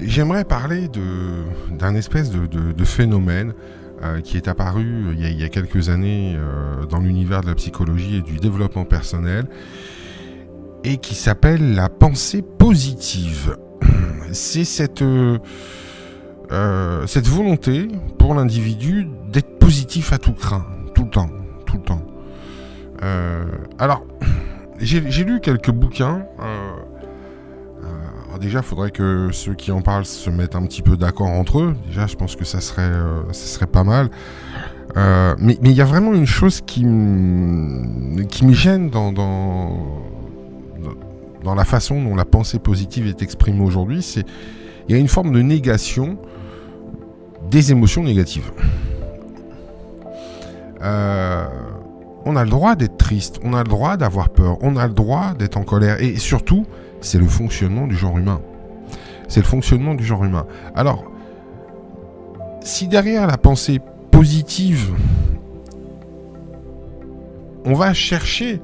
J'aimerais parler d'un espèce de phénomène qui est apparu il y a quelques années dans l'univers de la psychologie et du développement personnel et qui s'appelle la pensée positive. C'est cette volonté pour l'individu d'être positif à tout crin, tout le temps. Alors, j'ai lu quelques bouquins. Alors déjà, il faudrait que ceux qui en parlent se mettent un petit peu d'accord entre eux. Déjà, je pense que ça serait pas mal. Mais il y a vraiment une chose qui me gêne dans la façon dont la pensée positive est exprimée aujourd'hui. Il y a une forme de négation des émotions négatives. On a le droit d'être triste, on a le droit d'avoir peur, on a le droit d'être en colère. Et surtout, c'est le fonctionnement du genre humain. Alors, si derrière la pensée positive, on va chercher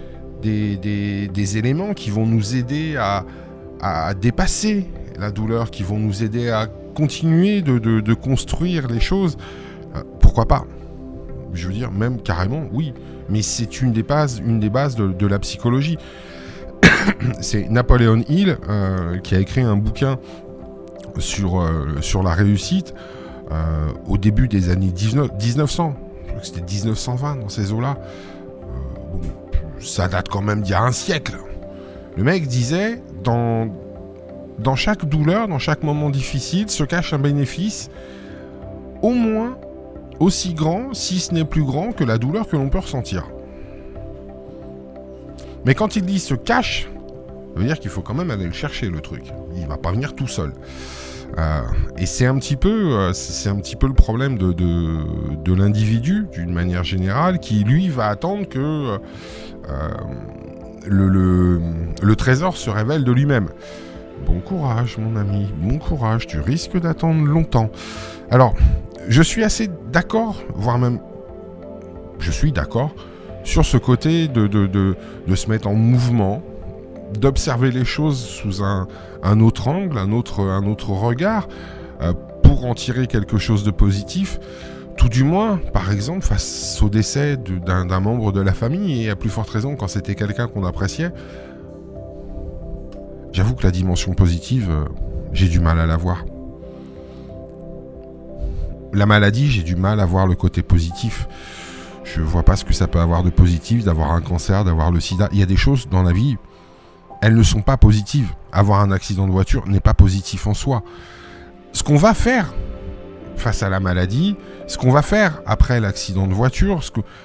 des éléments qui vont nous aider à dépasser la douleur, qui vont nous aider à continuer de construire les choses, pourquoi pas ? Je veux dire, même carrément, oui. Mais c'est une des bases de la psychologie. C'est Napoleon Hill qui a écrit un bouquin sur la réussite au début des années 1900. Je crois que c'était 1920 dans ces eaux-là. Ça date quand même d'il y a un siècle. Le mec disait, dans chaque douleur, dans chaque moment difficile, se cache un bénéfice au moins aussi grand, si ce n'est plus grand, que la douleur que l'on peut ressentir. Mais quand il dit se cache, ça veut dire qu'il faut quand même aller le chercher, le truc. Il ne va pas venir tout seul. Et c'est un petit peu le problème de l'individu, d'une manière générale, qui, lui, va attendre que le trésor se révèle de lui-même. Bon courage, mon ami, bon courage, tu risques d'attendre longtemps. Alors, je suis assez d'accord, voire même je suis d'accord sur ce côté de se mettre en mouvement, d'observer les choses sous un autre angle, un autre regard, pour en tirer quelque chose de positif, tout du moins, par exemple, face au décès d'un membre de la famille, et à plus forte raison quand c'était quelqu'un qu'on appréciait. J'avoue que la dimension positive, j'ai du mal à la voir. La maladie, j'ai du mal à voir le côté positif. Je vois pas ce que ça peut avoir de positif, d'avoir un cancer, d'avoir le sida. Il y a des choses dans la vie, elles ne sont pas positives. Avoir un accident de voiture n'est pas positif en soi. Ce qu'on va faire face à la maladie, ce qu'on va faire après l'accident de voiture,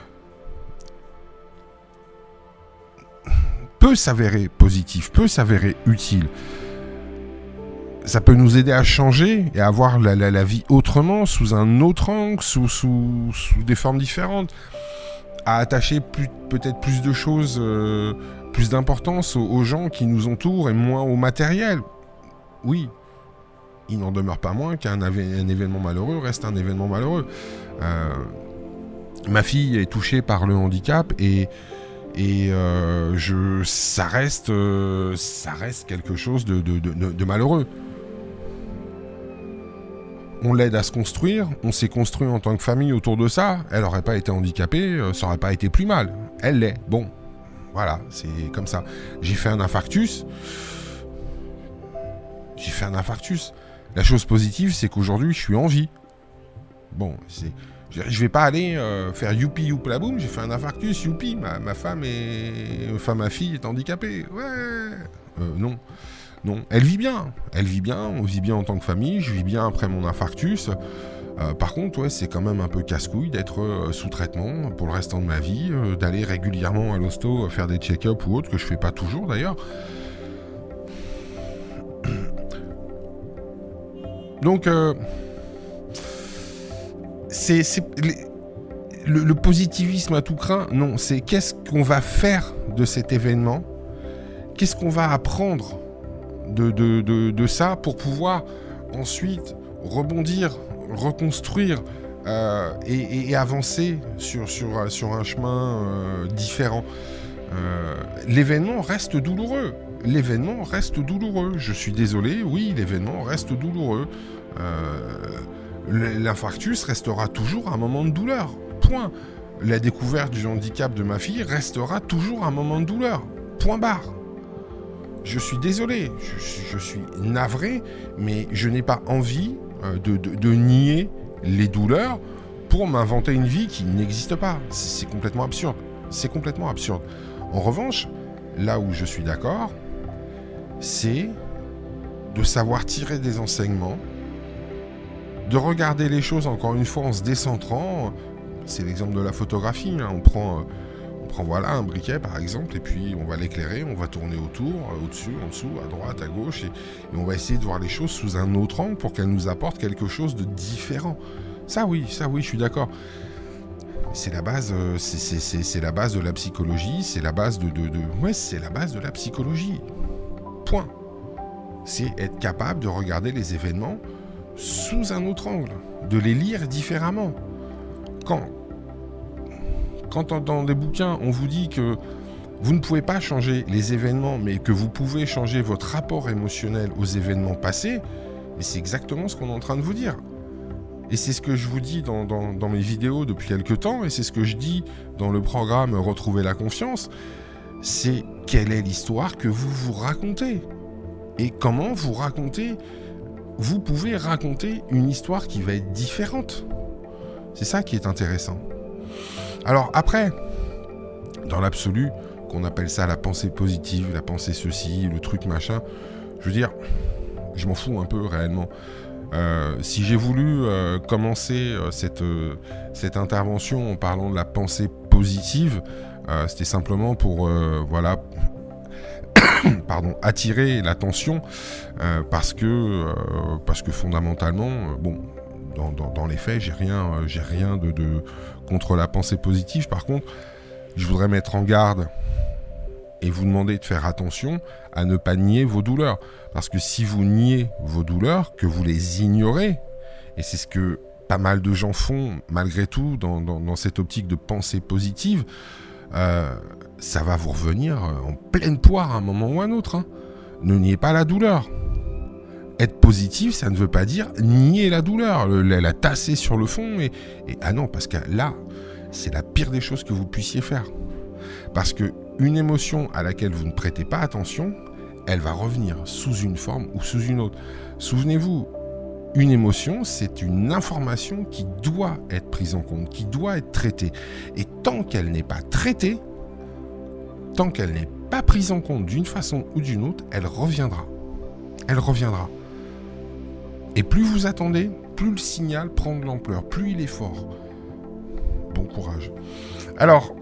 peut s'avérer positif, peut s'avérer utile. Ça peut nous aider à changer et à voir la vie autrement, sous un autre angle, sous des formes différentes, à attacher peut-être plus de choses, plus d'importance aux gens qui nous entourent et moins au matériel. Oui, il n'en demeure pas moins qu'un événement malheureux reste un événement malheureux. Ma fille est touchée par le handicap et ça reste quelque chose de malheureux. On l'aide à se construire, on s'est construit en tant que famille autour de ça, elle n'aurait pas été handicapée, ça n'aurait pas été plus mal. Elle l'est, bon, voilà, c'est comme ça. J'ai fait un infarctus. La chose positive, c'est qu'aujourd'hui, je suis en vie. Bon, je vais pas aller faire youpi youpla boum, j'ai fait un infarctus, youpi, ma fille est handicapée. Ouais. Non, elle vit bien, on vit bien en tant que famille, je vis bien après mon infarctus. Par contre, ouais, c'est quand même un peu casse-couille d'être sous traitement pour le restant de ma vie, d'aller régulièrement à l'hosto faire des check-up ou autre, que je fais pas toujours d'ailleurs. Donc, le positivisme à tout crin, non, c'est qu'est-ce qu'on va faire de cet événement, qu'est-ce qu'on va apprendre de ça pour pouvoir ensuite rebondir, reconstruire et avancer sur un chemin différent. L'événement reste douloureux. l'événement reste douloureux. Je suis désolé, oui, l'événement reste douloureux. L'infarctus restera toujours un moment de douleur. Point. La découverte du handicap de ma fille restera toujours un moment de douleur. Point barre. Je suis désolé, je suis navré, mais je n'ai pas envie de nier les douleurs pour m'inventer une vie qui n'existe pas. C'est complètement absurde. C'est complètement absurde. En revanche, là où je suis d'accord, c'est de savoir tirer des enseignements, de regarder les choses encore une fois en se décentrant. C'est l'exemple de la photographie. On prend voilà, un briquet par exemple, et puis on va l'éclairer, on va tourner autour, au-dessus, en dessous, à droite, à gauche, et on va essayer de voir les choses sous un autre angle pour qu'elles nous apportent quelque chose de différent. Ça oui, je suis d'accord. C'est la base, c'est la base de la psychologie, c'est la base c'est la base de la psychologie. Point. C'est être capable de regarder les événements sous un autre angle, de les lire différemment. Quand dans des bouquins, on vous dit que vous ne pouvez pas changer les événements, mais que vous pouvez changer votre rapport émotionnel aux événements passés, mais c'est exactement ce qu'on est en train de vous dire. Et c'est ce que je vous dis dans mes vidéos depuis quelques temps, et c'est ce que je dis dans le programme Retrouver la confiance, c'est quelle est l'histoire que vous vous racontez. Et comment vous pouvez raconter une histoire qui va être différente. C'est ça qui est intéressant. Alors après, dans l'absolu, qu'on appelle ça la pensée positive, la pensée ceci, le truc machin, je veux dire, je m'en fous un peu réellement. Si j'ai voulu commencer cette intervention en parlant de la pensée positive, c'était simplement pour attirer l'attention parce que fondamentalement, dans les faits, j'ai rien de contre la pensée positive. Par contre, je voudrais mettre en garde et vous demander de faire attention à ne pas nier vos douleurs. Parce que si vous niez vos douleurs, que vous les ignorez, et c'est ce que pas mal de gens font malgré tout dans cette optique de pensée positive, ça va vous revenir en pleine poire à un moment ou à un autre. Ne niez pas la douleur. Être positif, ça ne veut pas dire nier la douleur, la tasser sur le fond. Et ah non, parce que là, c'est la pire des choses que vous puissiez faire. Parce qu'une émotion à laquelle vous ne prêtez pas attention, elle va revenir sous une forme ou sous une autre. Souvenez-vous, une émotion, c'est une information qui doit être prise en compte, qui doit être traitée. Et tant qu'elle n'est pas traitée, tant qu'elle n'est pas prise en compte d'une façon ou d'une autre, elle reviendra. Elle reviendra. Et plus vous attendez, plus le signal prend de l'ampleur, plus il est fort. Bon courage. Alors,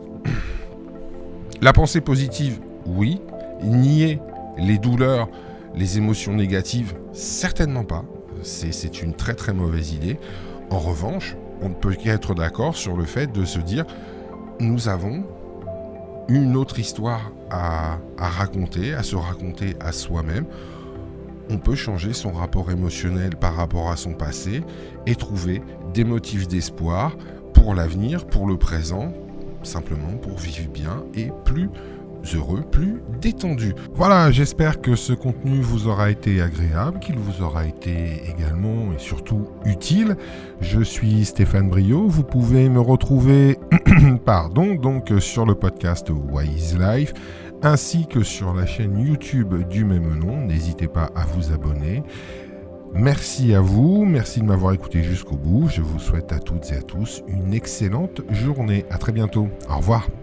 la pensée positive, oui. Nier les douleurs, les émotions négatives, certainement pas. C'est une très très mauvaise idée. En revanche, on ne peut qu'être d'accord sur le fait de se dire nous avons une autre histoire à raconter, à se raconter à soi-même. On peut changer son rapport émotionnel par rapport à son passé et trouver des motifs d'espoir pour l'avenir, pour le présent, simplement pour vivre bien et plus heureux, plus détendu. Voilà, j'espère que ce contenu vous aura été agréable, qu'il vous aura été également et surtout utile. Je suis Stéphane Briot, vous pouvez me retrouver donc sur le podcast Wise Life, ainsi que sur la chaîne YouTube du même nom. N'hésitez pas à vous abonner. Merci à vous, merci de m'avoir écouté jusqu'au bout. Je vous souhaite à toutes et à tous une excellente journée. À très bientôt. Au revoir.